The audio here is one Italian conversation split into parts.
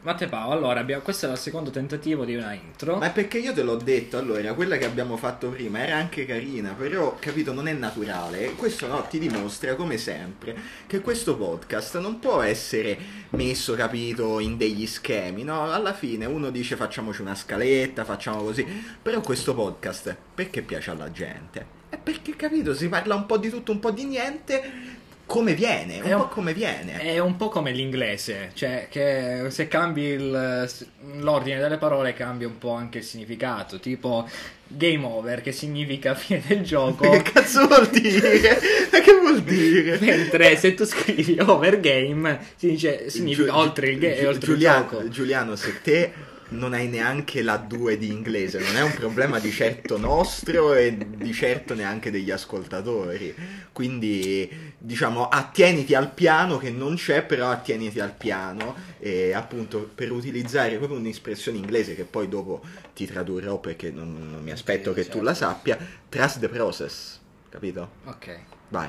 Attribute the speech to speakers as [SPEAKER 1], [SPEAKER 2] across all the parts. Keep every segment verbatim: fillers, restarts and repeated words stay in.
[SPEAKER 1] Matte Paolo, allora abbiamo, questo è il secondo tentativo di una intro.
[SPEAKER 2] Ma è perché io te l'ho detto, allora, quella che abbiamo fatto prima era anche carina, però, capito, non è naturale. E questo, no, ti dimostra, come sempre, che questo podcast non può essere messo, capito, in degli schemi, no? Alla fine uno dice facciamoci una scaletta, facciamo così. Però questo podcast, perché piace alla gente? È perché, capito, si parla un po' di tutto, un po' di niente... Come viene, un, un po' come viene.
[SPEAKER 1] È un po' come l'inglese, cioè che se cambi il, l'ordine delle parole cambia un po' anche il significato, tipo game over che significa fine del gioco.
[SPEAKER 2] Che cazzo vuol dire? Ma che vuol dire?
[SPEAKER 1] Mentre se tu scrivi over game si dice, significa Giu- oltre il, ga- Giu- oltre
[SPEAKER 2] Giuliano,
[SPEAKER 1] il gioco.
[SPEAKER 2] Giuliano, se te non hai neanche la due di inglese, non è un problema di certo nostro e di certo neanche degli ascoltatori, quindi diciamo attieniti al piano che non c'è, però attieniti al piano, e appunto per utilizzare proprio un'espressione inglese che poi dopo ti tradurrò perché non, non mi aspetto okay, che certo. tu la sappia, trust the process, capito?
[SPEAKER 1] Ok,
[SPEAKER 2] vai.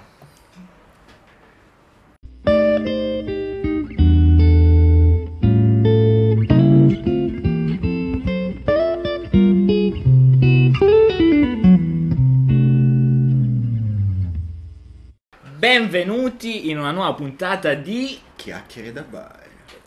[SPEAKER 1] benvenuti in una nuova puntata di
[SPEAKER 2] Chiacchiere da bar.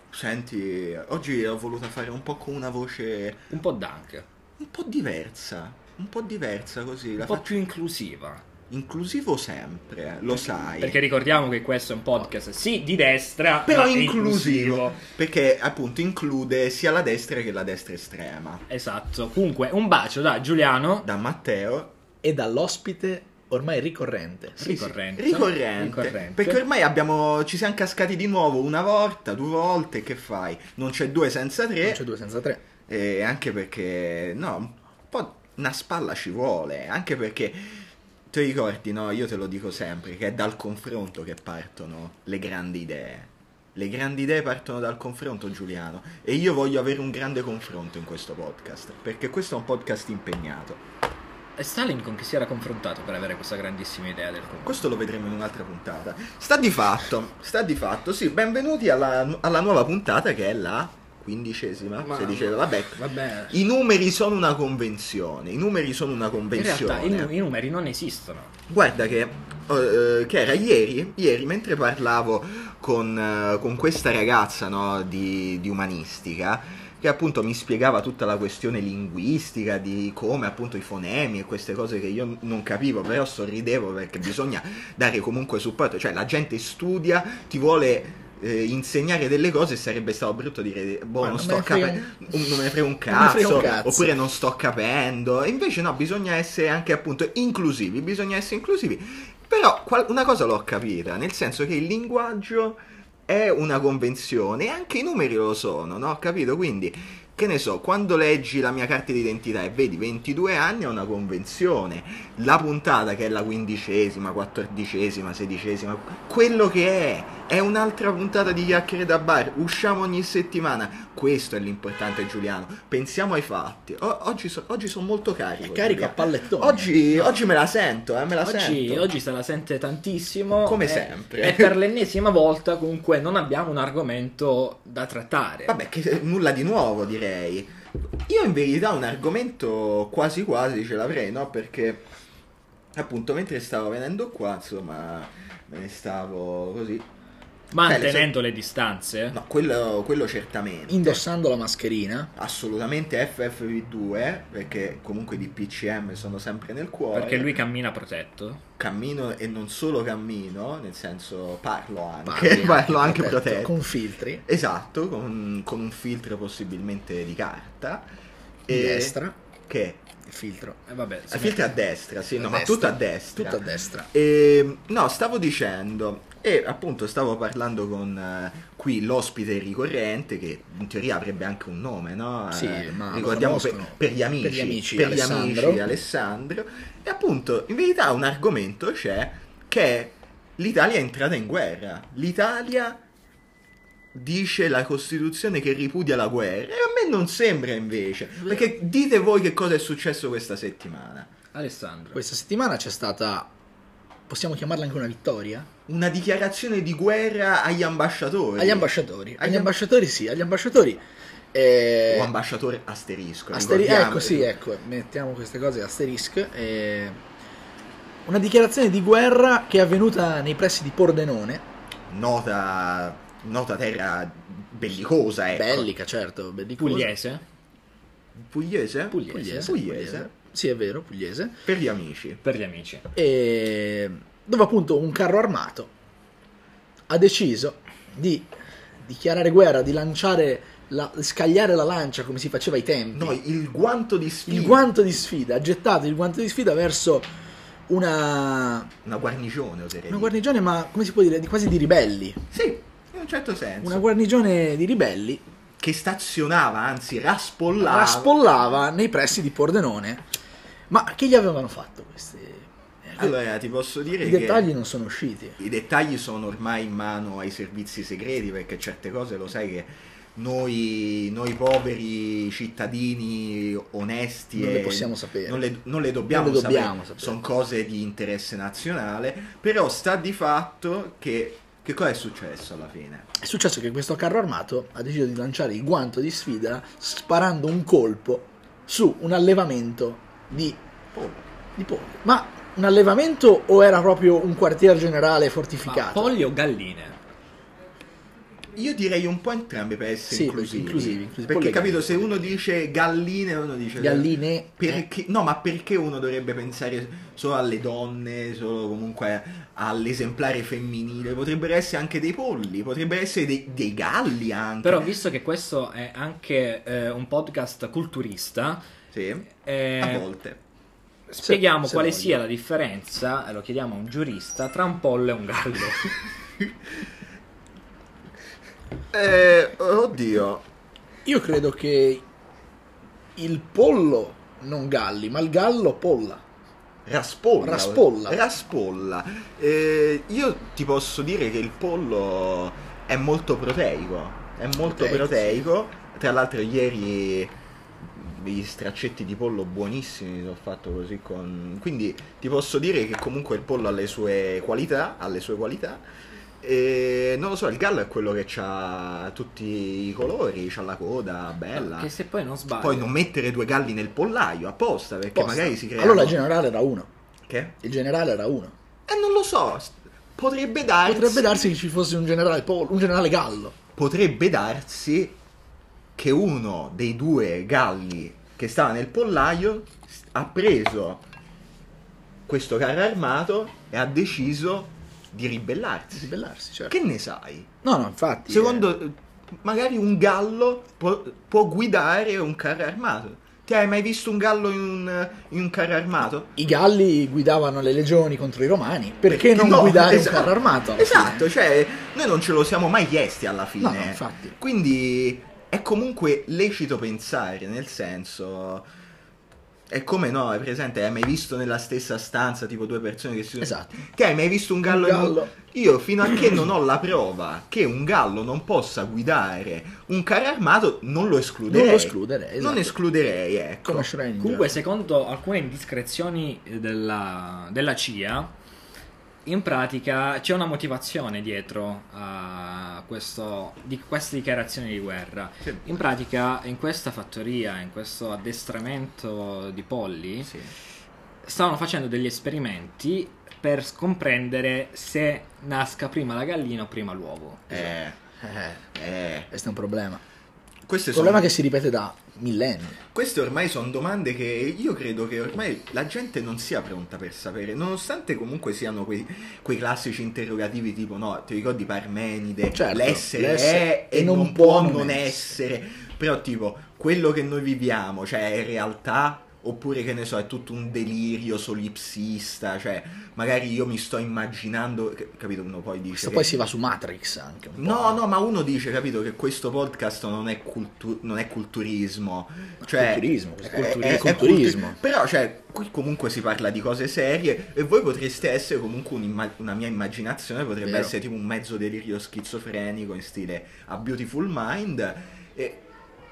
[SPEAKER 2] Senti, oggi ho voluto fare un po' con una voce
[SPEAKER 1] un po' dunk,
[SPEAKER 2] un po' diversa, un po' diversa così,
[SPEAKER 1] un
[SPEAKER 2] la
[SPEAKER 1] po'
[SPEAKER 2] faccio...
[SPEAKER 1] più inclusiva.
[SPEAKER 2] Inclusivo sempre, lo sai.
[SPEAKER 1] Perché ricordiamo che questo è un podcast sì di destra,
[SPEAKER 2] però
[SPEAKER 1] ma
[SPEAKER 2] inclusivo,
[SPEAKER 1] inclusivo,
[SPEAKER 2] perché appunto include sia la destra che la destra estrema.
[SPEAKER 1] Esatto. Comunque un bacio da Giuliano,
[SPEAKER 2] da Matteo
[SPEAKER 3] e dall'ospite ormai ricorrente.
[SPEAKER 2] Sì,
[SPEAKER 1] ricorrente.
[SPEAKER 2] Sì. Ricorrente.
[SPEAKER 1] ricorrente.
[SPEAKER 2] Perché ormai abbiamo ci siamo cascati di nuovo una volta, due volte, che fai? Non c'è due senza tre.
[SPEAKER 3] Non c'è due senza tre.
[SPEAKER 2] E anche perché, no, un po' una spalla ci vuole, anche perché ti ricordi, no, io te lo dico sempre, che è dal confronto che partono le grandi idee. Le grandi idee partono dal confronto, Giuliano, e io voglio avere un grande confronto in questo podcast, perché questo è un podcast impegnato.
[SPEAKER 1] È Stalin con chi si era confrontato per avere questa grandissima idea del confronto?
[SPEAKER 2] Questo lo vedremo in un'altra puntata. Sta di fatto, sta di fatto, sì, benvenuti alla, alla nuova puntata che è la quindicesima,
[SPEAKER 1] Ma,
[SPEAKER 2] sedicesima, vabbè.
[SPEAKER 1] vabbè.
[SPEAKER 2] I numeri sono una convenzione, i numeri sono una
[SPEAKER 1] In
[SPEAKER 2] convenzione.
[SPEAKER 1] realtà i, i numeri non esistono.
[SPEAKER 2] Guarda che, uh, che era ieri, ieri mentre parlavo con, uh, con questa ragazza, no, di, di umanistica, che appunto mi spiegava tutta la questione linguistica di come appunto i fonemi e queste cose che io non capivo, però sorridevo perché bisogna dare comunque supporto, cioè la gente studia, ti vuole eh, insegnare delle cose e sarebbe stato brutto dire boh, non, non sto capendo, un... non me ne frega un cazzo, un cazzo, oppure non sto capendo, e invece no, bisogna essere anche appunto inclusivi, bisogna essere inclusivi, però una cosa l'ho capita, nel senso che il linguaggio è una convenzione e anche i numeri lo sono, no? Capito? Quindi, che ne so, quando leggi la mia carta d'identità e vedi ventidue anni è una convenzione, la puntata che è la quindicesima, quattordicesima, sedicesima, quello che è, è un'altra puntata di Chiacchiere da bar, usciamo ogni settimana, questo è l'importante, Giuliano, pensiamo ai fatti. O- oggi, so- oggi sono molto carico.
[SPEAKER 3] È carico a pallettone.
[SPEAKER 2] Oggi, no. oggi me la sento, eh, me la
[SPEAKER 1] oggi,
[SPEAKER 2] sento.
[SPEAKER 1] Oggi se la sente tantissimo.
[SPEAKER 2] Come
[SPEAKER 1] e,
[SPEAKER 2] sempre.
[SPEAKER 1] E per l'ennesima volta comunque non abbiamo un argomento da trattare.
[SPEAKER 2] Vabbè, che nulla di nuovo direi. Io in verità un argomento quasi quasi ce l'avrei, no? Perché appunto mentre stavo venendo qua, insomma, me ne stavo così
[SPEAKER 1] mantenendo
[SPEAKER 2] eh,
[SPEAKER 1] le distanze?
[SPEAKER 2] No, quello, quello certamente.
[SPEAKER 3] Indossando la mascherina?
[SPEAKER 2] Assolutamente F F P due, perché comunque di P C M sono sempre nel cuore.
[SPEAKER 1] Perché lui cammina protetto.
[SPEAKER 2] Cammino e non solo cammino, nel senso parlo anche,
[SPEAKER 3] Parli
[SPEAKER 2] parlo
[SPEAKER 3] anche,
[SPEAKER 2] anche protetto.
[SPEAKER 3] Con filtri.
[SPEAKER 2] Esatto, con, con un filtro possibilmente di carta.
[SPEAKER 3] Di
[SPEAKER 2] e...
[SPEAKER 3] destra.
[SPEAKER 2] Che?
[SPEAKER 3] Il filtro.
[SPEAKER 1] Eh, vabbè,
[SPEAKER 2] Il filtro a destra, sì,
[SPEAKER 3] a
[SPEAKER 2] no,
[SPEAKER 3] destra.
[SPEAKER 2] ma tutto a destra.
[SPEAKER 3] Tutto a destra.
[SPEAKER 2] E, no, stavo dicendo, e appunto stavo parlando con uh, qui l'ospite ricorrente, che in teoria avrebbe anche un nome, no?
[SPEAKER 3] Sì,
[SPEAKER 2] eh,
[SPEAKER 3] ma
[SPEAKER 2] ricordiamo per, per gli amici,
[SPEAKER 3] per gli amici,
[SPEAKER 2] per gli
[SPEAKER 3] Alessandro.
[SPEAKER 2] amici Alessandro. E appunto, in verità un argomento c'è, che è l'Italia è entrata in guerra. L'Italia dice la Costituzione che ripudia la guerra, e a me non sembra invece, perché dite voi che cosa è successo questa settimana.
[SPEAKER 1] Alessandro,
[SPEAKER 3] Questa settimana c'è stata, possiamo chiamarla anche una vittoria?
[SPEAKER 2] una dichiarazione di guerra agli ambasciatori.
[SPEAKER 3] Agli ambasciatori, agli
[SPEAKER 2] Agli-
[SPEAKER 3] ambasciatori sì, agli ambasciatori. eh,
[SPEAKER 2] O ambasciatore asterisco.
[SPEAKER 3] asteri-
[SPEAKER 2] ricordiamo.
[SPEAKER 3] ecco sì, ecco, mettiamo queste cose asterisk. eh, una dichiarazione di guerra che è avvenuta nei pressi di Pordenone,
[SPEAKER 2] Nota, nota terra bellicosa, ecco.
[SPEAKER 3] bellica, certo, bellicosa.
[SPEAKER 1] Pugliese?
[SPEAKER 2] Pugliese?
[SPEAKER 1] Pugliese.
[SPEAKER 3] Pugliese,
[SPEAKER 2] Pugliese.
[SPEAKER 3] Sì, è vero, pugliese.
[SPEAKER 2] Per gli amici.
[SPEAKER 1] Per gli amici.
[SPEAKER 3] E dove appunto un carro armato ha deciso di dichiarare guerra, di lanciare, la, scagliare la lancia come si faceva ai tempi.
[SPEAKER 2] No, il guanto di sfida.
[SPEAKER 3] Il guanto di sfida, ha gettato il guanto di sfida verso una,
[SPEAKER 2] Una guarnigione, oserei
[SPEAKER 3] una
[SPEAKER 2] dire.
[SPEAKER 3] guarnigione, ma come si può dire, di- quasi di ribelli.
[SPEAKER 2] Sì, in un certo senso.
[SPEAKER 3] Una guarnigione di ribelli
[SPEAKER 2] Che stazionava, anzi raspollava.
[SPEAKER 3] raspollava nei pressi di Pordenone. Ma che gli avevano fatto questi?
[SPEAKER 2] Allora, ti posso dire
[SPEAKER 3] I
[SPEAKER 2] che
[SPEAKER 3] dettagli non sono usciti.
[SPEAKER 2] i dettagli sono ormai in mano ai servizi segreti, perché certe cose lo sai che noi, noi poveri cittadini onesti
[SPEAKER 3] Non le
[SPEAKER 2] e-
[SPEAKER 3] possiamo sapere.
[SPEAKER 2] non le, non le dobbiamo,
[SPEAKER 3] Non le dobbiamo
[SPEAKER 2] sapere,
[SPEAKER 3] sapere.
[SPEAKER 2] sono cose di interesse nazionale, però sta di fatto che che cosa è successo alla fine?
[SPEAKER 3] È successo che questo carro armato ha deciso di lanciare il guanto di sfida sparando un colpo su un allevamento di,
[SPEAKER 2] Oh,
[SPEAKER 3] di polli. Ma un allevamento o era proprio un quartier generale
[SPEAKER 1] Ma
[SPEAKER 3] fortificato?
[SPEAKER 1] polli o galline?
[SPEAKER 2] io direi un po' entrambe per essere
[SPEAKER 3] Sì,
[SPEAKER 2] inclusivi,
[SPEAKER 3] inclusivi, inclusivi.
[SPEAKER 2] perché
[SPEAKER 3] Polli e
[SPEAKER 2] capito,
[SPEAKER 3] galline.
[SPEAKER 2] se uno dice galline uno dice
[SPEAKER 3] Galline, eh.
[SPEAKER 2] perché, no, ma perché uno dovrebbe pensare solo alle donne, solo comunque all'esemplare femminile? Potrebbero essere anche dei polli, potrebbero essere dei, dei galli anche.
[SPEAKER 1] Però visto che questo è anche eh, un podcast culturista,
[SPEAKER 2] Sì,
[SPEAKER 1] eh,
[SPEAKER 2] a volte.
[SPEAKER 1] spieghiamo
[SPEAKER 3] se
[SPEAKER 1] quale
[SPEAKER 3] voglio.
[SPEAKER 1] sia la differenza, e lo chiediamo a un giurista, tra un pollo e un gallo.
[SPEAKER 2] Eh, oddio.
[SPEAKER 3] Io credo che il pollo non galli, ma il gallo polla.
[SPEAKER 2] Raspolla.
[SPEAKER 3] Raspolla.
[SPEAKER 2] Raspolla. Eh, io ti posso dire che il pollo è molto proteico. È molto
[SPEAKER 3] Proteico,
[SPEAKER 2] proteico. Tra l'altro ieri degli straccetti di pollo buonissimi ho fatto così con... Quindi ti posso dire che comunque il pollo ha le sue qualità, ha le sue qualità. E non lo so, il gallo è quello che ha tutti i colori, c'ha la coda bella.
[SPEAKER 1] Che se poi non sbaglio,
[SPEAKER 2] Poi non mettere due galli nel pollaio apposta, perché
[SPEAKER 3] Posta.
[SPEAKER 2] magari si crea.
[SPEAKER 3] Allora il generale era uno.
[SPEAKER 2] Che?
[SPEAKER 3] Il generale era uno.
[SPEAKER 2] Eh, non lo so. s- Potrebbe darsi.
[SPEAKER 3] Potrebbe darsi che ci fosse un generale pollo, un generale gallo.
[SPEAKER 2] Potrebbe darsi che uno dei due galli che stava nel pollaio s- ha preso questo carro armato e ha deciso di ribellarsi.
[SPEAKER 3] Ribellarsi, certo.
[SPEAKER 2] Che ne sai?
[SPEAKER 3] No, no, infatti.
[SPEAKER 2] Secondo, eh, magari un gallo può, può guidare un carro armato. Ti hai mai visto un gallo in un, in un carro armato?
[SPEAKER 3] eh, i galli guidavano le legioni contro i romani. Perché non
[SPEAKER 2] No,
[SPEAKER 3] guidare
[SPEAKER 2] esatto,
[SPEAKER 3] un carro armato? alla
[SPEAKER 2] Esatto,
[SPEAKER 3] fine?
[SPEAKER 2] cioè noi non ce lo siamo mai chiesti alla fine.
[SPEAKER 3] No, no, infatti.
[SPEAKER 2] Quindi è comunque lecito pensare, nel senso... È come no, è presente, hai mai visto nella stessa stanza tipo due persone che si sono...
[SPEAKER 3] Esatto.
[SPEAKER 2] Che hai mai visto un gallo,
[SPEAKER 3] Un
[SPEAKER 2] in-
[SPEAKER 3] gallo.
[SPEAKER 2] Io fino a che non ho la prova che un gallo non possa guidare un carro armato non lo escluderei.
[SPEAKER 3] Non lo escluderei, esatto.
[SPEAKER 2] Non escluderei, ecco.
[SPEAKER 3] Come Schrödinger.
[SPEAKER 1] comunque secondo alcune indiscrezioni della, della C I A, in pratica c'è una motivazione dietro a questo, di queste dichiarazioni di guerra.
[SPEAKER 2] Sì.
[SPEAKER 1] In pratica in questa fattoria, in questo addestramento di polli,
[SPEAKER 2] Sì.
[SPEAKER 1] stavano facendo degli esperimenti per comprendere se nasca prima la gallina o prima l'uovo.
[SPEAKER 2] Eh,
[SPEAKER 3] Eh,
[SPEAKER 2] eh.
[SPEAKER 3] questo è un problema.
[SPEAKER 2] Queste
[SPEAKER 3] Il problema
[SPEAKER 2] sono...
[SPEAKER 3] che si ripete da millenni.
[SPEAKER 2] Queste ormai sono domande che io credo che ormai la gente non sia pronta per sapere, nonostante comunque siano quei, quei classici interrogativi tipo no, ti ricordi Parmenide,
[SPEAKER 3] Certo,
[SPEAKER 2] l'essere,
[SPEAKER 3] l'essere
[SPEAKER 2] è e non, può non essere. Però tipo, quello che noi viviamo, cioè è realtà oppure che ne so, è tutto un delirio solipsista, cioè magari io mi sto immaginando, che- capito, uno poi dice
[SPEAKER 3] Questo
[SPEAKER 2] che-
[SPEAKER 3] poi si va su Matrix anche un po'.
[SPEAKER 2] No, no, ma uno dice, capito, che questo podcast non è, cultu- non è culturismo. Cioè,
[SPEAKER 3] Culturismo, questo è
[SPEAKER 2] è-
[SPEAKER 3] culturi-
[SPEAKER 2] è- è
[SPEAKER 3] culturismo.
[SPEAKER 2] cultu- però, cioè, qui comunque si parla di cose serie e voi potreste essere comunque un'imma- una mia immaginazione, potrebbe
[SPEAKER 3] Vero.
[SPEAKER 2] essere tipo un mezzo delirio schizofrenico in stile A Beautiful Mind. E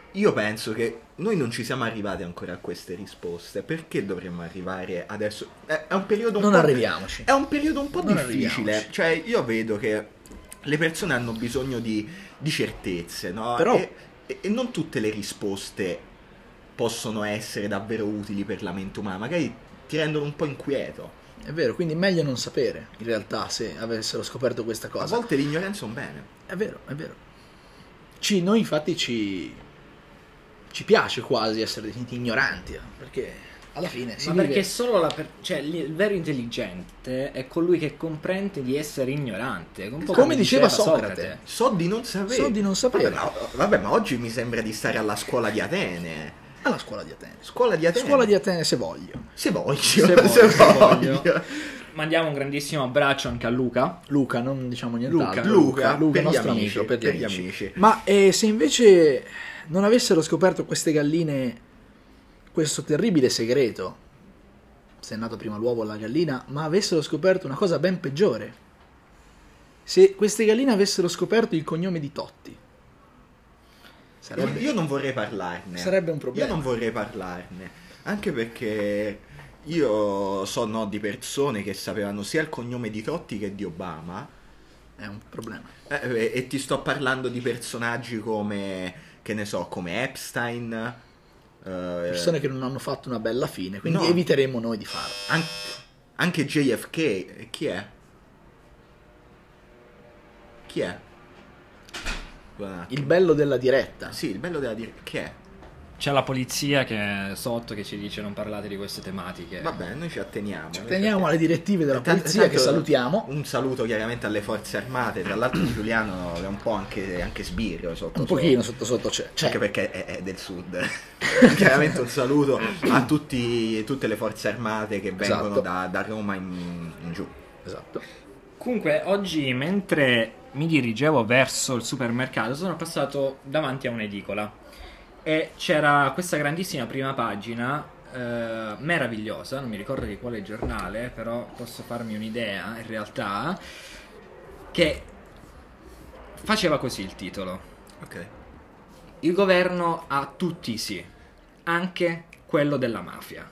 [SPEAKER 2] io penso che noi non ci siamo arrivati ancora a queste risposte. Perché dovremmo arrivare adesso? È, è un periodo un
[SPEAKER 3] Non
[SPEAKER 2] po'...
[SPEAKER 3] arriviamoci.
[SPEAKER 2] È un periodo un po'
[SPEAKER 3] Non
[SPEAKER 2] difficile.
[SPEAKER 3] arriviamoci.
[SPEAKER 2] Cioè, io vedo che le persone hanno bisogno di, di certezze, no?
[SPEAKER 3] Però-
[SPEAKER 2] E, e- e non tutte le risposte possono essere davvero utili per la mente umana. Magari ti rendono un po' inquieto.
[SPEAKER 3] È vero, quindi meglio non sapere, in realtà, se avessero scoperto questa
[SPEAKER 2] A
[SPEAKER 3] cosa.
[SPEAKER 2] volte l'ignoranza è un bene.
[SPEAKER 3] È vero, è vero. Ci, noi infatti ci, ci piace quasi essere definiti ignoranti, eh, perché alla fine si
[SPEAKER 1] Ma
[SPEAKER 3] vive...
[SPEAKER 1] perché solo la per- cioè, li- il vero intelligente è colui che comprende di essere ignorante. Un po'
[SPEAKER 3] Come diceva Socrate.
[SPEAKER 2] So di non sapere.
[SPEAKER 3] So di non sapere.
[SPEAKER 2] Vabbè, ma, vabbè, ma oggi mi sembra di stare alla scuola di Atene.
[SPEAKER 3] Alla scuola di Atene.
[SPEAKER 2] Scuola di Atene.
[SPEAKER 3] Scuola di Atene se voglio.
[SPEAKER 2] Se voglio.
[SPEAKER 1] Se
[SPEAKER 2] Se
[SPEAKER 1] voglio,
[SPEAKER 2] voglio.
[SPEAKER 1] se voglio. Mandiamo un grandissimo abbraccio anche a Luca.
[SPEAKER 3] Luca, non diciamo
[SPEAKER 1] Luca,
[SPEAKER 3] nient'altro.
[SPEAKER 2] Luca,
[SPEAKER 3] Luca
[SPEAKER 2] per gli
[SPEAKER 3] nostro
[SPEAKER 2] amici,
[SPEAKER 3] amico, per gli
[SPEAKER 2] per gli
[SPEAKER 3] amici.
[SPEAKER 2] amici.
[SPEAKER 3] Ma eh, se invece non avessero scoperto queste galline, questo terribile segreto, se è nato prima l'uovo o la gallina, ma avessero scoperto una cosa ben peggiore, se queste galline avessero scoperto il cognome di Totti, sarebbe,
[SPEAKER 2] Io non vorrei parlarne.
[SPEAKER 3] sarebbe un problema.
[SPEAKER 2] Io non vorrei parlarne. Anche perché io so no, di persone che sapevano sia il cognome di Totti che di Obama.
[SPEAKER 3] È un problema.
[SPEAKER 2] Eh, e ti sto parlando di personaggi come, che ne so, come Epstein. eh,
[SPEAKER 3] Persone che non hanno fatto una bella fine, quindi
[SPEAKER 2] No.
[SPEAKER 3] eviteremo noi di farlo.
[SPEAKER 2] an- anche J F K. Chi è? Chi è? Guarda.
[SPEAKER 3] Il bello della diretta.
[SPEAKER 2] Sì, il bello della dire. Chi è?
[SPEAKER 1] C'è la polizia che è sotto che ci dice non parlate di queste tematiche.
[SPEAKER 2] Vabbè, noi ci atteniamo. noi ci
[SPEAKER 3] Teniamo alle direttive della
[SPEAKER 2] Tant-
[SPEAKER 3] polizia
[SPEAKER 2] tanto
[SPEAKER 3] che salutiamo.
[SPEAKER 2] Un saluto chiaramente alle forze armate. Tra l'altro Giuliano è un po' anche, anche sbirro sotto
[SPEAKER 3] Un
[SPEAKER 2] sotto.
[SPEAKER 3] pochino sotto sotto c'è. c'è.
[SPEAKER 2] Anche perché è, è del sud. Chiaramente un saluto a tutti, tutte le forze armate che vengono
[SPEAKER 3] Esatto.
[SPEAKER 2] da, da Roma in, in giù.
[SPEAKER 3] Esatto.
[SPEAKER 1] Comunque, oggi mentre mi dirigevo verso il supermercato, sono passato davanti a un'edicola e c'era questa grandissima prima pagina eh, meravigliosa, non mi ricordo di quale giornale, però posso farmi un'idea in realtà, che faceva così il titolo:
[SPEAKER 2] Ok.
[SPEAKER 1] il governo ha tutti i sì, anche quello della mafia.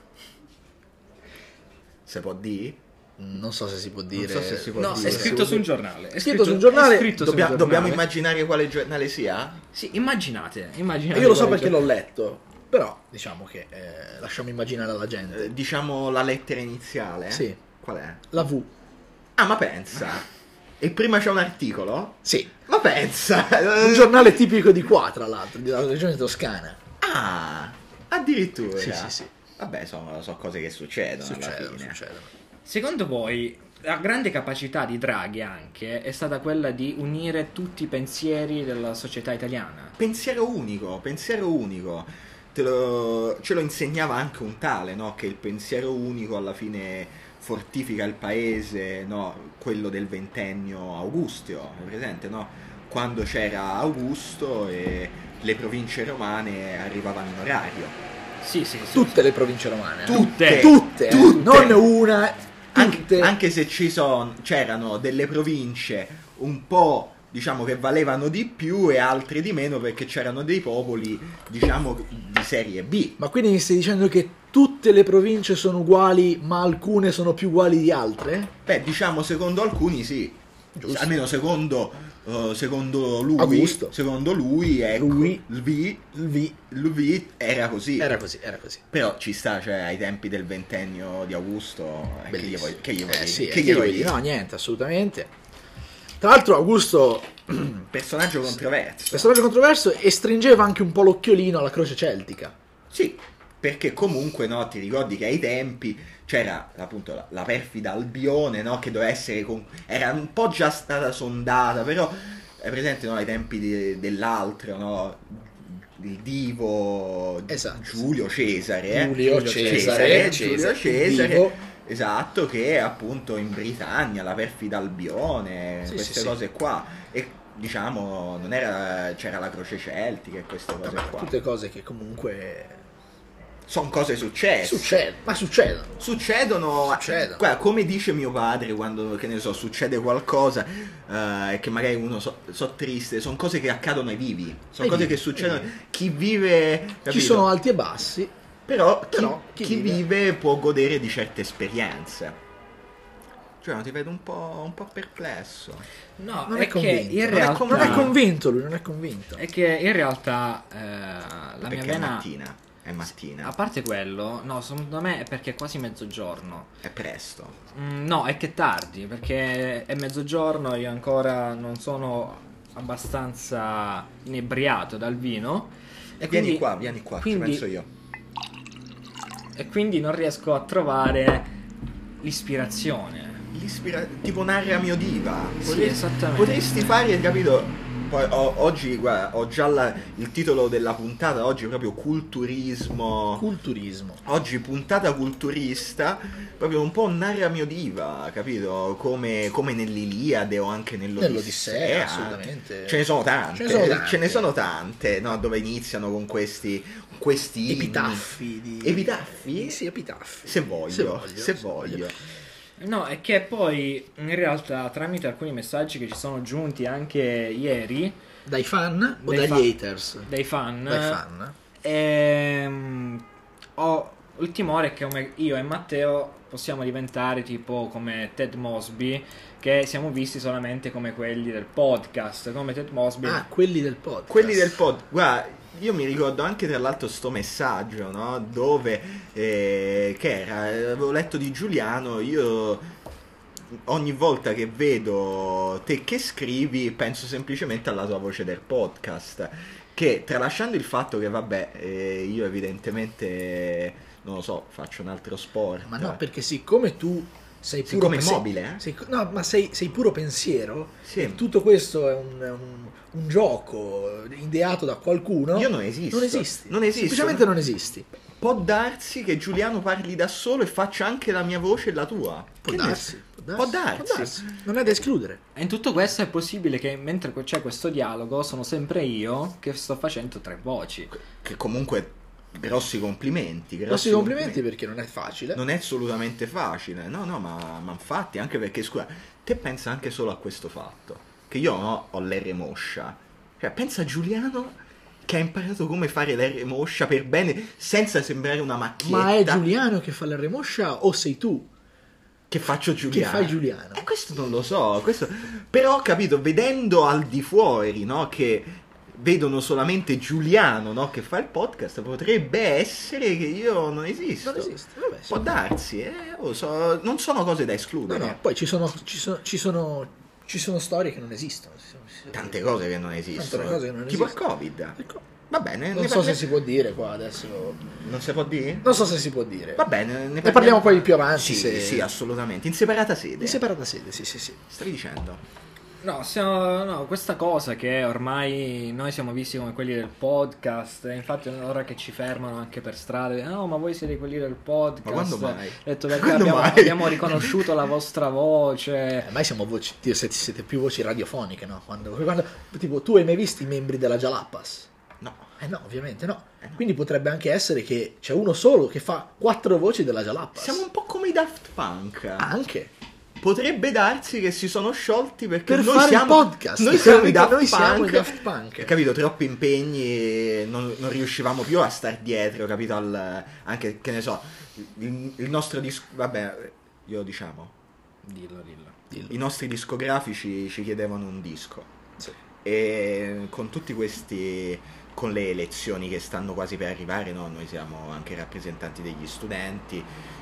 [SPEAKER 2] Se può dire?
[SPEAKER 3] Non so se si può dire.
[SPEAKER 2] so se si può
[SPEAKER 1] No,
[SPEAKER 2] dire.
[SPEAKER 1] è scritto su un giornale. È
[SPEAKER 3] scritto su un giornale,
[SPEAKER 1] è scritto su un
[SPEAKER 2] Dobbia-
[SPEAKER 1] giornale.
[SPEAKER 2] dobbiamo immaginare quale giornale sia?
[SPEAKER 1] Sì, immaginate, immaginate.
[SPEAKER 3] Io lo so
[SPEAKER 1] quale
[SPEAKER 3] perché
[SPEAKER 1] giornale.
[SPEAKER 3] l'ho letto, però diciamo che eh, lasciamo immaginare alla gente.
[SPEAKER 2] Eh, diciamo la lettera iniziale?
[SPEAKER 3] Sì.
[SPEAKER 2] Qual è?
[SPEAKER 3] La V.
[SPEAKER 2] Ah, ma pensa. E prima c'è un articolo?
[SPEAKER 3] Sì.
[SPEAKER 2] Ma pensa.
[SPEAKER 3] Un giornale tipico di qua, tra l'altro, della regione toscana.
[SPEAKER 2] Ah, addirittura.
[SPEAKER 3] Sì, sì, sì.
[SPEAKER 2] Vabbè, sono, sono cose che succedono alla
[SPEAKER 3] Succedono,
[SPEAKER 2] fine.
[SPEAKER 3] succedono.
[SPEAKER 1] Secondo voi la grande capacità di Draghi anche è stata quella di unire tutti i pensieri della società italiana?
[SPEAKER 2] Pensiero unico, pensiero unico. Te lo- ce lo insegnava anche un tale, no? Che il pensiero unico alla fine fortifica il paese, no? Quello del ventennio Augustio, è presente, no? Quando c'era Augusto e le province romane arrivavano in orario.
[SPEAKER 1] Sì, sì, sì.
[SPEAKER 3] Tutte le province romane. eh.
[SPEAKER 1] Tutte.
[SPEAKER 3] Tutte, eh.
[SPEAKER 2] Tutte.
[SPEAKER 3] Non una.
[SPEAKER 2] Anche,
[SPEAKER 3] Tutte.
[SPEAKER 2] anche se ci son, c'erano delle province un po', diciamo, che valevano di più e altre di meno, perché c'erano dei popoli, diciamo, di serie B.
[SPEAKER 3] Ma quindi mi stai dicendo che tutte le province sono uguali, ma alcune sono più uguali di altre?
[SPEAKER 2] Beh, diciamo, secondo alcuni sì.
[SPEAKER 3] Giusto.
[SPEAKER 2] Almeno secondo, eh, secondo lui,
[SPEAKER 3] Augusto.
[SPEAKER 2] secondo lui, ecco,
[SPEAKER 3] Lui.
[SPEAKER 2] il V,
[SPEAKER 3] Il V.
[SPEAKER 2] il V era così.
[SPEAKER 3] Era così, era così.
[SPEAKER 2] Però ci sta, cioè, ai tempi del ventennio di Augusto, eh, che gli vuoi, che gli vuoi
[SPEAKER 3] Eh,
[SPEAKER 2] dire?
[SPEAKER 3] sì,
[SPEAKER 2] Che
[SPEAKER 3] che
[SPEAKER 2] gli
[SPEAKER 3] gli
[SPEAKER 2] vuoi
[SPEAKER 3] vuoi
[SPEAKER 2] dire?
[SPEAKER 3] dire? No, niente, assolutamente. Tra l'altro Augusto,
[SPEAKER 2] Personaggio controverso.
[SPEAKER 3] personaggio controverso, e stringeva anche un po' l'occhiolino alla croce celtica.
[SPEAKER 2] Sì, perché comunque, no, ti ricordi che ai tempi c'era appunto la, la perfida Albione, no, che doveva essere con... era un po' già stata sondata, però è presente, no, ai tempi di- dell'altro, no, il divo
[SPEAKER 3] Esatto.
[SPEAKER 2] Giulio Cesare, eh?
[SPEAKER 3] Giulio Cesare,
[SPEAKER 2] Giulio
[SPEAKER 3] Cesare,
[SPEAKER 2] Cesare,
[SPEAKER 3] divo.
[SPEAKER 2] esatto, che appunto in Britannia la perfida Albione,
[SPEAKER 3] Sì,
[SPEAKER 2] queste
[SPEAKER 3] sì, sì.
[SPEAKER 2] cose qua, e diciamo non era, c'era la croce celtica e queste cose qua.
[SPEAKER 3] Tutte cose che comunque
[SPEAKER 2] sono cose successe.
[SPEAKER 3] Succede, ma succedono.
[SPEAKER 2] Succedono,
[SPEAKER 3] Succedono.
[SPEAKER 2] Guarda, come dice mio padre quando, che ne so, succede qualcosa eh, e che magari uno so, so triste, sono cose che accadono ai vivi, sono
[SPEAKER 3] Ai
[SPEAKER 2] cose
[SPEAKER 3] vivi,
[SPEAKER 2] che succedono,
[SPEAKER 3] ai vivi.
[SPEAKER 2] chi vive, capito?
[SPEAKER 3] Ci sono alti e bassi.
[SPEAKER 2] Però chi,
[SPEAKER 3] Però chi
[SPEAKER 2] chi
[SPEAKER 3] vive-
[SPEAKER 2] vive può godere di certe esperienze. Cioè, no, ti vedo un po', un po' perplesso.
[SPEAKER 1] No,
[SPEAKER 3] Non
[SPEAKER 1] è,
[SPEAKER 3] è
[SPEAKER 1] che
[SPEAKER 3] convinto.
[SPEAKER 1] in
[SPEAKER 2] Non è
[SPEAKER 1] realtà
[SPEAKER 3] Non è convinto lui, non è convinto.
[SPEAKER 1] è che in realtà eh, la
[SPEAKER 2] Perché
[SPEAKER 1] mia
[SPEAKER 2] è
[SPEAKER 1] vena,
[SPEAKER 2] mattina. È mattina.
[SPEAKER 1] a parte quello, no, secondo me è perché è quasi mezzogiorno.
[SPEAKER 2] È presto.
[SPEAKER 1] Mm, no, è che è tardi, perché è mezzogiorno, io ancora non sono abbastanza inebriato dal vino. E
[SPEAKER 2] Vieni
[SPEAKER 1] quindi,
[SPEAKER 2] qua, vieni qua,
[SPEAKER 1] quindi-
[SPEAKER 2] ci penso io.
[SPEAKER 1] E quindi non riesco a trovare l'ispirazione.
[SPEAKER 2] L'ispira- tipo Narra mio diva.
[SPEAKER 1] Sì,
[SPEAKER 2] Potresti-
[SPEAKER 1] esattamente.
[SPEAKER 2] Potresti fare, capito? Poi ho- oggi, guarda, ho già la- il titolo della puntata, oggi proprio culturismo.
[SPEAKER 3] Culturismo.
[SPEAKER 2] Oggi puntata culturista, proprio un po' Narra mio diva, capito? Come, come nell'Iliade o anche nell'Odissea.
[SPEAKER 3] Nell'Odissea, assolutamente.
[SPEAKER 2] Ce ne sono tante,
[SPEAKER 3] Ce ne sono tante.
[SPEAKER 2] ce ne sono tante, no? Dove iniziano con questi, questi inni.
[SPEAKER 3] Epitaffi. Di...
[SPEAKER 2] Epitaffi?
[SPEAKER 3] Sì, epitaffi.
[SPEAKER 2] Se voglio,
[SPEAKER 3] Se voglio,
[SPEAKER 2] se
[SPEAKER 3] se
[SPEAKER 2] voglio.
[SPEAKER 1] No, è che poi in realtà tramite alcuni messaggi che ci sono giunti anche ieri
[SPEAKER 3] Dai fan o
[SPEAKER 1] Dai
[SPEAKER 3] dagli
[SPEAKER 1] fan.
[SPEAKER 3] haters?
[SPEAKER 1] dai fan,
[SPEAKER 3] Dai fan.
[SPEAKER 1] ehm, ho il timore che come io e Matteo possiamo diventare tipo come Ted Mosby, che siamo visti solamente come quelli del podcast, come Ted Mosby.
[SPEAKER 3] Ah, quelli del podcast.
[SPEAKER 2] Quelli del pod, guarda, io mi ricordo anche tra l'altro sto messaggio, no? Dove, eh, che era, avevo letto di Giuliano, io ogni volta che vedo te che scrivi penso semplicemente alla tua voce del podcast, che tralasciando il fatto che vabbè, eh, io evidentemente, non lo so, faccio un altro sport.
[SPEAKER 3] Ma no, perché siccome tu sei puro
[SPEAKER 2] Siccome
[SPEAKER 3] pensi-
[SPEAKER 2] immobile, eh?
[SPEAKER 3] sei- no, ma sei, sei puro pensiero.
[SPEAKER 2] Sì.
[SPEAKER 3] E tutto questo è un, è un- un gioco ideato da qualcuno.
[SPEAKER 2] Io non esisto.
[SPEAKER 3] Non esisti.
[SPEAKER 2] Non esisto.
[SPEAKER 3] Semplicemente non esisti.
[SPEAKER 2] Può darsi che Giuliano parli da solo e faccia anche la mia voce e la tua.
[SPEAKER 3] Può
[SPEAKER 2] Che ne-
[SPEAKER 3] darsi,
[SPEAKER 2] Può darsi.
[SPEAKER 3] Non è da escludere.
[SPEAKER 1] E in tutto questo è possibile che mentre c'è questo dialogo sono sempre io che sto facendo tre voci.
[SPEAKER 2] Che comunque grossi complimenti.
[SPEAKER 3] Grossi complimenti perché non è facile.
[SPEAKER 2] Non è assolutamente facile. No, no, ma, ma infatti, anche perché, scusa, te pensa anche solo a questo fatto. Che io no, ho l'R moscia. Cioè, pensa a Giuliano che ha imparato come fare l'R moscia per bene senza sembrare una macchietta.
[SPEAKER 3] Ma è Giuliano che fa la remoscia o sei tu
[SPEAKER 2] Che faccio Giuliano.
[SPEAKER 3] che fai Giuliano?
[SPEAKER 2] E questo non lo so, questo... però capito, vedendo al di fuori, no, che vedono solamente Giuliano, no, che fa il podcast, potrebbe essere che io non esisto.
[SPEAKER 3] Non esiste. Vabbè,
[SPEAKER 2] Può
[SPEAKER 3] sì.
[SPEAKER 2] darsi, eh, lo so, non sono cose da
[SPEAKER 3] No,
[SPEAKER 2] escludere.
[SPEAKER 3] no, poi ci sono, ci sono, ci sono, ci sono storie che non esistono. Ci sono- ci sono-
[SPEAKER 2] Tante cose che non esistono.
[SPEAKER 3] Tante cose che non
[SPEAKER 2] tipo il
[SPEAKER 3] esistono.
[SPEAKER 2] Covid.
[SPEAKER 3] Ecco.
[SPEAKER 2] Va bene,
[SPEAKER 3] Non
[SPEAKER 2] ne
[SPEAKER 3] so
[SPEAKER 2] parli-
[SPEAKER 3] se si può dire qua adesso.
[SPEAKER 2] Non si può dire?
[SPEAKER 3] Non so se si può dire.
[SPEAKER 2] Va bene, ne,
[SPEAKER 3] parliamo poi più avanti,
[SPEAKER 2] Sì,
[SPEAKER 3] se-
[SPEAKER 2] sì, assolutamente. In separata sede.
[SPEAKER 3] In separata sede, sì, sì, sì.
[SPEAKER 2] Stavi dicendo?
[SPEAKER 1] No, siamo- no, questa cosa che ormai noi siamo visti come quelli del podcast, e infatti ora che ci fermano anche per strada, no, ma voi siete quelli del podcast.
[SPEAKER 2] Ma quando mai?
[SPEAKER 1] Ho detto perché
[SPEAKER 2] Quando
[SPEAKER 1] abbiamo,
[SPEAKER 2] mai?
[SPEAKER 1] abbiamo riconosciuto la vostra voce.
[SPEAKER 3] Eh, Ormai siamo voci, Dio, siete, siete più voci radiofoniche, no? Quando, quando- tipo, tu hai mai visto i membri della Jalapas?
[SPEAKER 2] No.
[SPEAKER 3] Eh no, ovviamente no. Quindi potrebbe anche essere che c'è uno solo che fa quattro voci della Jalapas.
[SPEAKER 2] Siamo un po' come i Daft Punk.
[SPEAKER 3] Anche.
[SPEAKER 2] Potrebbe darsi che si sono sciolti perché
[SPEAKER 3] Per
[SPEAKER 2] noi
[SPEAKER 3] fare il
[SPEAKER 2] siamo,
[SPEAKER 3] podcast.
[SPEAKER 2] Noi siamo i
[SPEAKER 3] Perché
[SPEAKER 2] Daft
[SPEAKER 3] noi
[SPEAKER 2] Punk.
[SPEAKER 3] siamo i Daft Punk.
[SPEAKER 2] Capito? Troppi impegni, non, non riuscivamo più a star dietro, capito? Al, anche, che ne so, il, il nostro disco... Vabbè, io diciamo,
[SPEAKER 1] Dillo, dillo.
[SPEAKER 3] Dillo.
[SPEAKER 2] i nostri discografici ci chiedevano un disco.
[SPEAKER 3] Sì.
[SPEAKER 2] E con tutti questi... con le elezioni che stanno quasi per arrivare, no? Noi siamo anche rappresentanti degli studenti,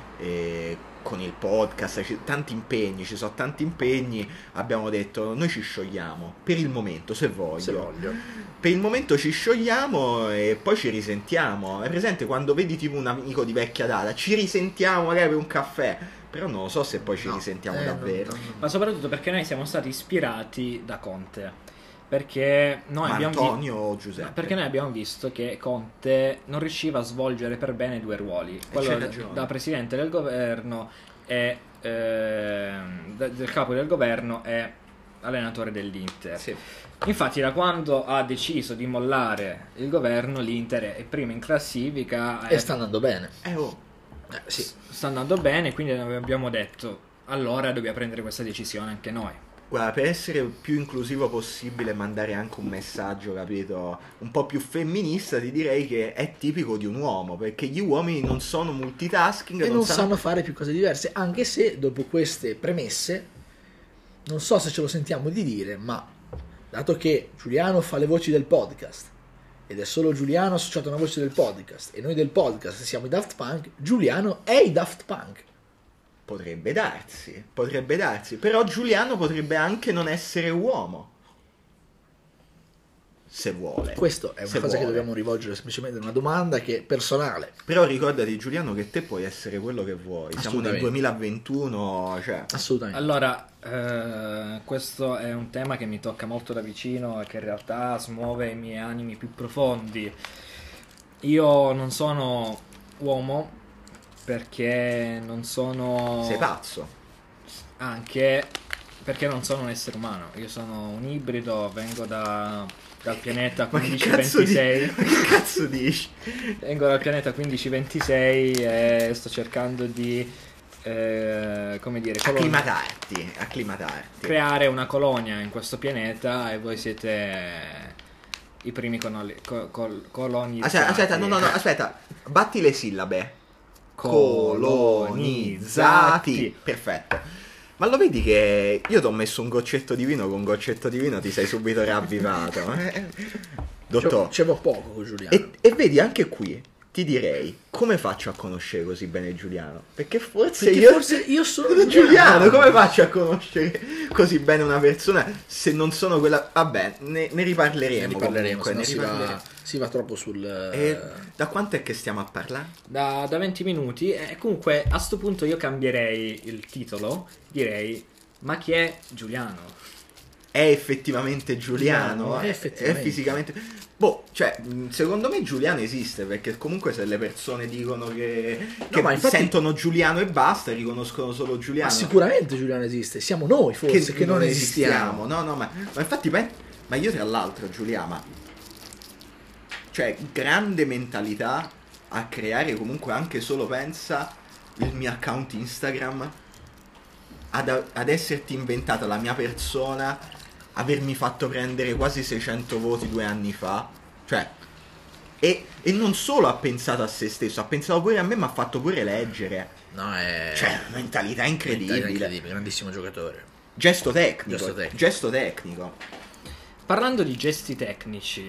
[SPEAKER 2] e con il podcast, ci- tanti impegni, ci sono tanti impegni, abbiamo detto noi ci sciogliamo, per il momento, se voglio.
[SPEAKER 3] Se voglio.
[SPEAKER 2] Per il momento ci sciogliamo e poi ci risentiamo. È presente quando vedi tipo un amico di vecchia data, ci risentiamo magari per un caffè, però non lo so se poi ci
[SPEAKER 3] No.
[SPEAKER 2] risentiamo
[SPEAKER 3] Eh,
[SPEAKER 2] davvero.
[SPEAKER 3] no, no, no.
[SPEAKER 1] Ma soprattutto perché noi siamo stati ispirati da Conte. Perché noi
[SPEAKER 2] Ma
[SPEAKER 1] abbiamo vi-
[SPEAKER 2] Antonio o Giuseppe?
[SPEAKER 1] No, perché noi abbiamo visto che Conte non riusciva a svolgere per bene due ruoli, quello
[SPEAKER 2] c'hai
[SPEAKER 1] da,
[SPEAKER 2] ragione.
[SPEAKER 1] da presidente del governo e ehm, da- del capo del governo e allenatore dell'Inter.
[SPEAKER 2] Sì.
[SPEAKER 1] Infatti da quando ha deciso di mollare il governo, l'Inter è prima in classifica
[SPEAKER 3] E sta andando bene.
[SPEAKER 2] Eh, oh.
[SPEAKER 3] Eh, sì.
[SPEAKER 1] sta andando bene, quindi abbiamo detto allora dobbiamo prendere questa decisione anche noi.
[SPEAKER 2] Guarda, per essere più inclusivo possibile, mandare anche un messaggio, capito, un po' più femminista, ti direi che è tipico di un uomo, perché gli uomini non sono multitasking,
[SPEAKER 3] E
[SPEAKER 2] non,
[SPEAKER 3] non
[SPEAKER 2] sanno...
[SPEAKER 3] sanno fare più cose diverse, anche se dopo queste premesse, non so se ce lo sentiamo di dire, ma dato che Giuliano fa le voci del podcast, ed è solo Giuliano associato a una voce del podcast, e noi del podcast siamo i Daft Punk, Giuliano è i Daft Punk.
[SPEAKER 2] Potrebbe darsi, potrebbe darsi, però Giuliano potrebbe anche non essere uomo, se vuole.
[SPEAKER 3] Questo è una
[SPEAKER 2] se
[SPEAKER 3] cosa
[SPEAKER 2] vuole.
[SPEAKER 3] che dobbiamo rivolgere semplicemente, una domanda che è personale.
[SPEAKER 2] Però ricordati, Giuliano, che te puoi essere quello che vuoi, siamo nel
[SPEAKER 3] Assolutamente.
[SPEAKER 2] duemilaventuno, cioè...
[SPEAKER 3] Assolutamente.
[SPEAKER 1] Allora, eh, questo è un tema che mi tocca molto da vicino e che in realtà smuove i miei animi più profondi. Io non sono uomo perché non sono...
[SPEAKER 2] Sei pazzo.
[SPEAKER 1] Anche perché non sono un essere umano. Io sono un ibrido, vengo da, dal pianeta
[SPEAKER 2] Ma che
[SPEAKER 1] quindici
[SPEAKER 2] cazzo di-
[SPEAKER 1] ventisei.
[SPEAKER 2] Ma che cazzo dici?
[SPEAKER 1] Vengo dal pianeta quindici ventisei e sto cercando di eh, come dire colon-
[SPEAKER 2] Acclimatarti, acclimatarti.
[SPEAKER 1] creare una colonia in questo pianeta e voi siete i primi coloni- co- col- colonizzati.
[SPEAKER 2] Aspetta, aspetta, no, no, no, aspetta, batti le sillabe.
[SPEAKER 1] Colonizzati.
[SPEAKER 2] Perfetto. Ma lo vedi che io ti ho messo un goccetto di vino, con un goccetto di vino ti sei subito ravvivato. eh? Dottor.
[SPEAKER 3] Ci avevo poco con Giuliano.
[SPEAKER 2] E, e vedi, anche qui ti direi, come faccio a conoscere così bene Giuliano? Perché forse
[SPEAKER 3] Perché
[SPEAKER 2] io...
[SPEAKER 3] forse io sono
[SPEAKER 2] Giuliano,
[SPEAKER 3] Giuliano.
[SPEAKER 2] come faccio a conoscere così bene una persona se non sono quella... Vabbè, ne, ne riparleremo.
[SPEAKER 3] Ne riparleremo,
[SPEAKER 2] comunque,
[SPEAKER 3] se no
[SPEAKER 2] ne
[SPEAKER 3] si
[SPEAKER 2] riparleremo.
[SPEAKER 3] va, si va troppo sul...
[SPEAKER 2] E da quanto è che stiamo a parlare?
[SPEAKER 1] Da, da venti minuti e comunque a sto punto io cambierei il titolo, direi ma chi è Giuliano?
[SPEAKER 2] È effettivamente Giuliano?
[SPEAKER 3] Giuliano, è effettivamente.
[SPEAKER 2] È fisicamente... Boh, cioè, mh, secondo me Giuliano esiste, perché comunque se le persone dicono che, che
[SPEAKER 3] ma infatti-
[SPEAKER 2] sentono Giuliano e basta, riconoscono solo Giuliano.
[SPEAKER 3] Ma sicuramente Giuliano esiste, siamo noi forse che, non esistiamo.
[SPEAKER 2] No, no, ma, ma infatti, pen- ma io tra l'altro, Giuliano, ma... Cioè, grande mentalità a creare comunque anche solo, pensa, il mio account Instagram, ad, ad esserti inventata la mia persona, avermi fatto prendere quasi seicento voti due anni fa, cioè, e, e non solo ha pensato a se stesso, ha pensato pure a me, ma ha fatto pure leggere,
[SPEAKER 3] No, è...
[SPEAKER 2] cioè, mentalità incredibile,
[SPEAKER 3] Mentalità incredibile, grandissimo giocatore.
[SPEAKER 2] gesto tecnico,
[SPEAKER 3] Gesto tecnico.
[SPEAKER 2] gesto tecnico.
[SPEAKER 1] Parlando di gesti tecnici,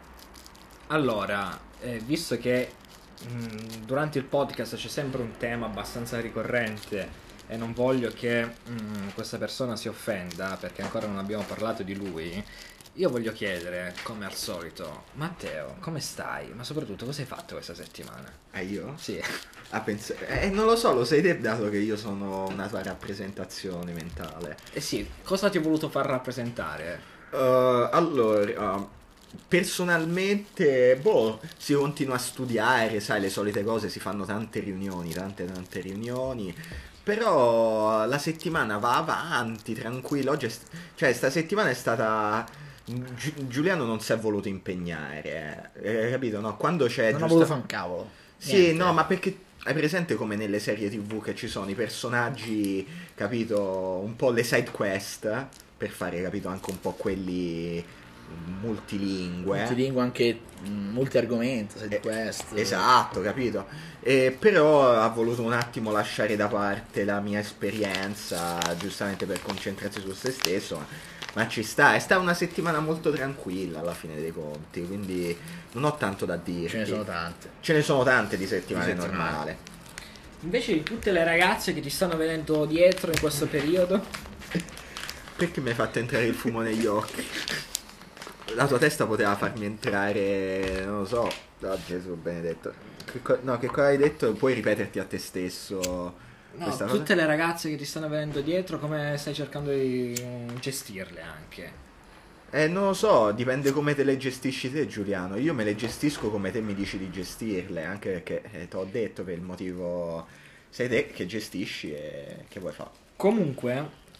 [SPEAKER 1] allora, eh, visto che mh, durante il podcast c'è sempre un tema abbastanza ricorrente e non voglio che mh, questa persona si offenda perché ancora non abbiamo parlato di lui, io voglio chiedere, come al solito, Matteo, come stai? Ma soprattutto cosa hai fatto questa settimana?
[SPEAKER 2] Ah, io?
[SPEAKER 1] Sì.
[SPEAKER 2] A pens- eh, non lo so, lo sai te, dato che io sono una tua rappresentazione mentale.
[SPEAKER 1] Eh sì, cosa ti ho voluto far rappresentare?
[SPEAKER 2] Uh, allora, personalmente, boh, si continua a studiare, sai, le solite cose, si fanno tante riunioni, tante tante riunioni, però la settimana va avanti, tranquillo, oggi è st- cioè sta settimana è stata... Gi- Giuliano non si è voluto impegnare, eh, capito, no? Quando c'è...
[SPEAKER 3] Non ho
[SPEAKER 2] giusta-
[SPEAKER 3] voluto fare un cavolo.
[SPEAKER 2] Sì,
[SPEAKER 3] Niente.
[SPEAKER 2] no, ma perché hai presente come nelle serie tivù che ci sono i personaggi, capito, un po' le side quest, per fare, capito, anche un po' quelli multilingue.
[SPEAKER 3] Multilingue, anche mh, molti argomenti, side
[SPEAKER 2] Eh,
[SPEAKER 3] quest.
[SPEAKER 2] Esatto, capito? E però ha voluto un attimo lasciare da parte la mia esperienza, giustamente per concentrarsi su se stesso, ma, ma ci sta, è stata una settimana molto tranquilla alla fine dei conti, quindi non ho tanto da dirti.
[SPEAKER 3] Ce ne sono tante.
[SPEAKER 2] Ce ne sono tante di settimane
[SPEAKER 3] Di settimane.
[SPEAKER 2] normali.
[SPEAKER 1] Invece di tutte le ragazze che ti stanno vedendo dietro in questo periodo,
[SPEAKER 2] Perché mi hai fatto entrare il fumo negli occhi? La tua testa poteva farmi entrare, non lo so, oh, Gesù benedetto. Che co- no, che cosa hai detto? Puoi ripeterti a te stesso
[SPEAKER 1] no,
[SPEAKER 2] questa
[SPEAKER 1] tutte
[SPEAKER 2] cosa?
[SPEAKER 1] le ragazze che ti stanno vedendo dietro, come stai cercando di mm, gestirle anche?
[SPEAKER 2] Eh, non lo so, dipende come te le gestisci te, Giuliano. Io me le gestisco come te mi dici di gestirle, anche perché eh, ti ho detto per il motivo... Sei te che gestisci e che vuoi fare.
[SPEAKER 1] Comunque,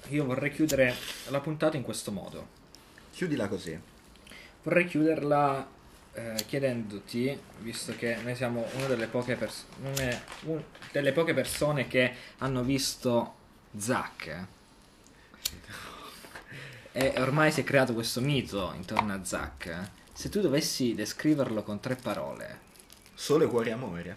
[SPEAKER 1] io vorrei chiudere la puntata in questo modo.
[SPEAKER 2] Chiudila così.
[SPEAKER 1] Vorrei chiuderla eh, chiedendoti, visto che noi siamo una delle poche, pers- une- un- delle poche persone che hanno visto Zack, e ormai si è creato questo mito intorno a Zack, se tu dovessi descriverlo con tre parole.
[SPEAKER 2] Sole, cuore, amore.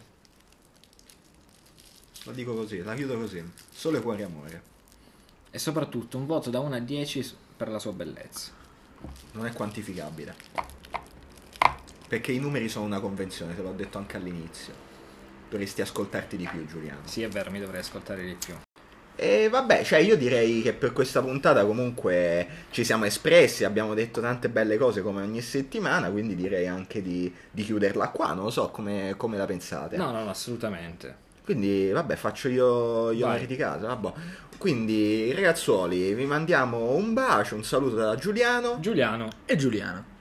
[SPEAKER 2] La dico così, la chiudo così. Sole, cuore, amore.
[SPEAKER 1] E soprattutto un voto da uno a dieci per la sua bellezza.
[SPEAKER 2] Non è quantificabile. Perché i numeri sono una convenzione, te l'ho detto anche all'inizio. Dovresti ascoltarti di più, Giuliano.
[SPEAKER 1] Sì, è vero, mi dovrei ascoltare di più.
[SPEAKER 2] E vabbè, cioè io direi che per questa puntata comunque ci siamo espressi, abbiamo detto tante belle cose come ogni settimana, quindi direi anche di, di chiuderla qua, non lo so come, come la pensate.
[SPEAKER 1] No, no, no, assolutamente.
[SPEAKER 2] Quindi vabbè, faccio io gli oneri di casa, vabbè. Quindi ragazzuoli, vi mandiamo un bacio, un saluto da Giuliano
[SPEAKER 1] Giuliano
[SPEAKER 3] E Giuliano.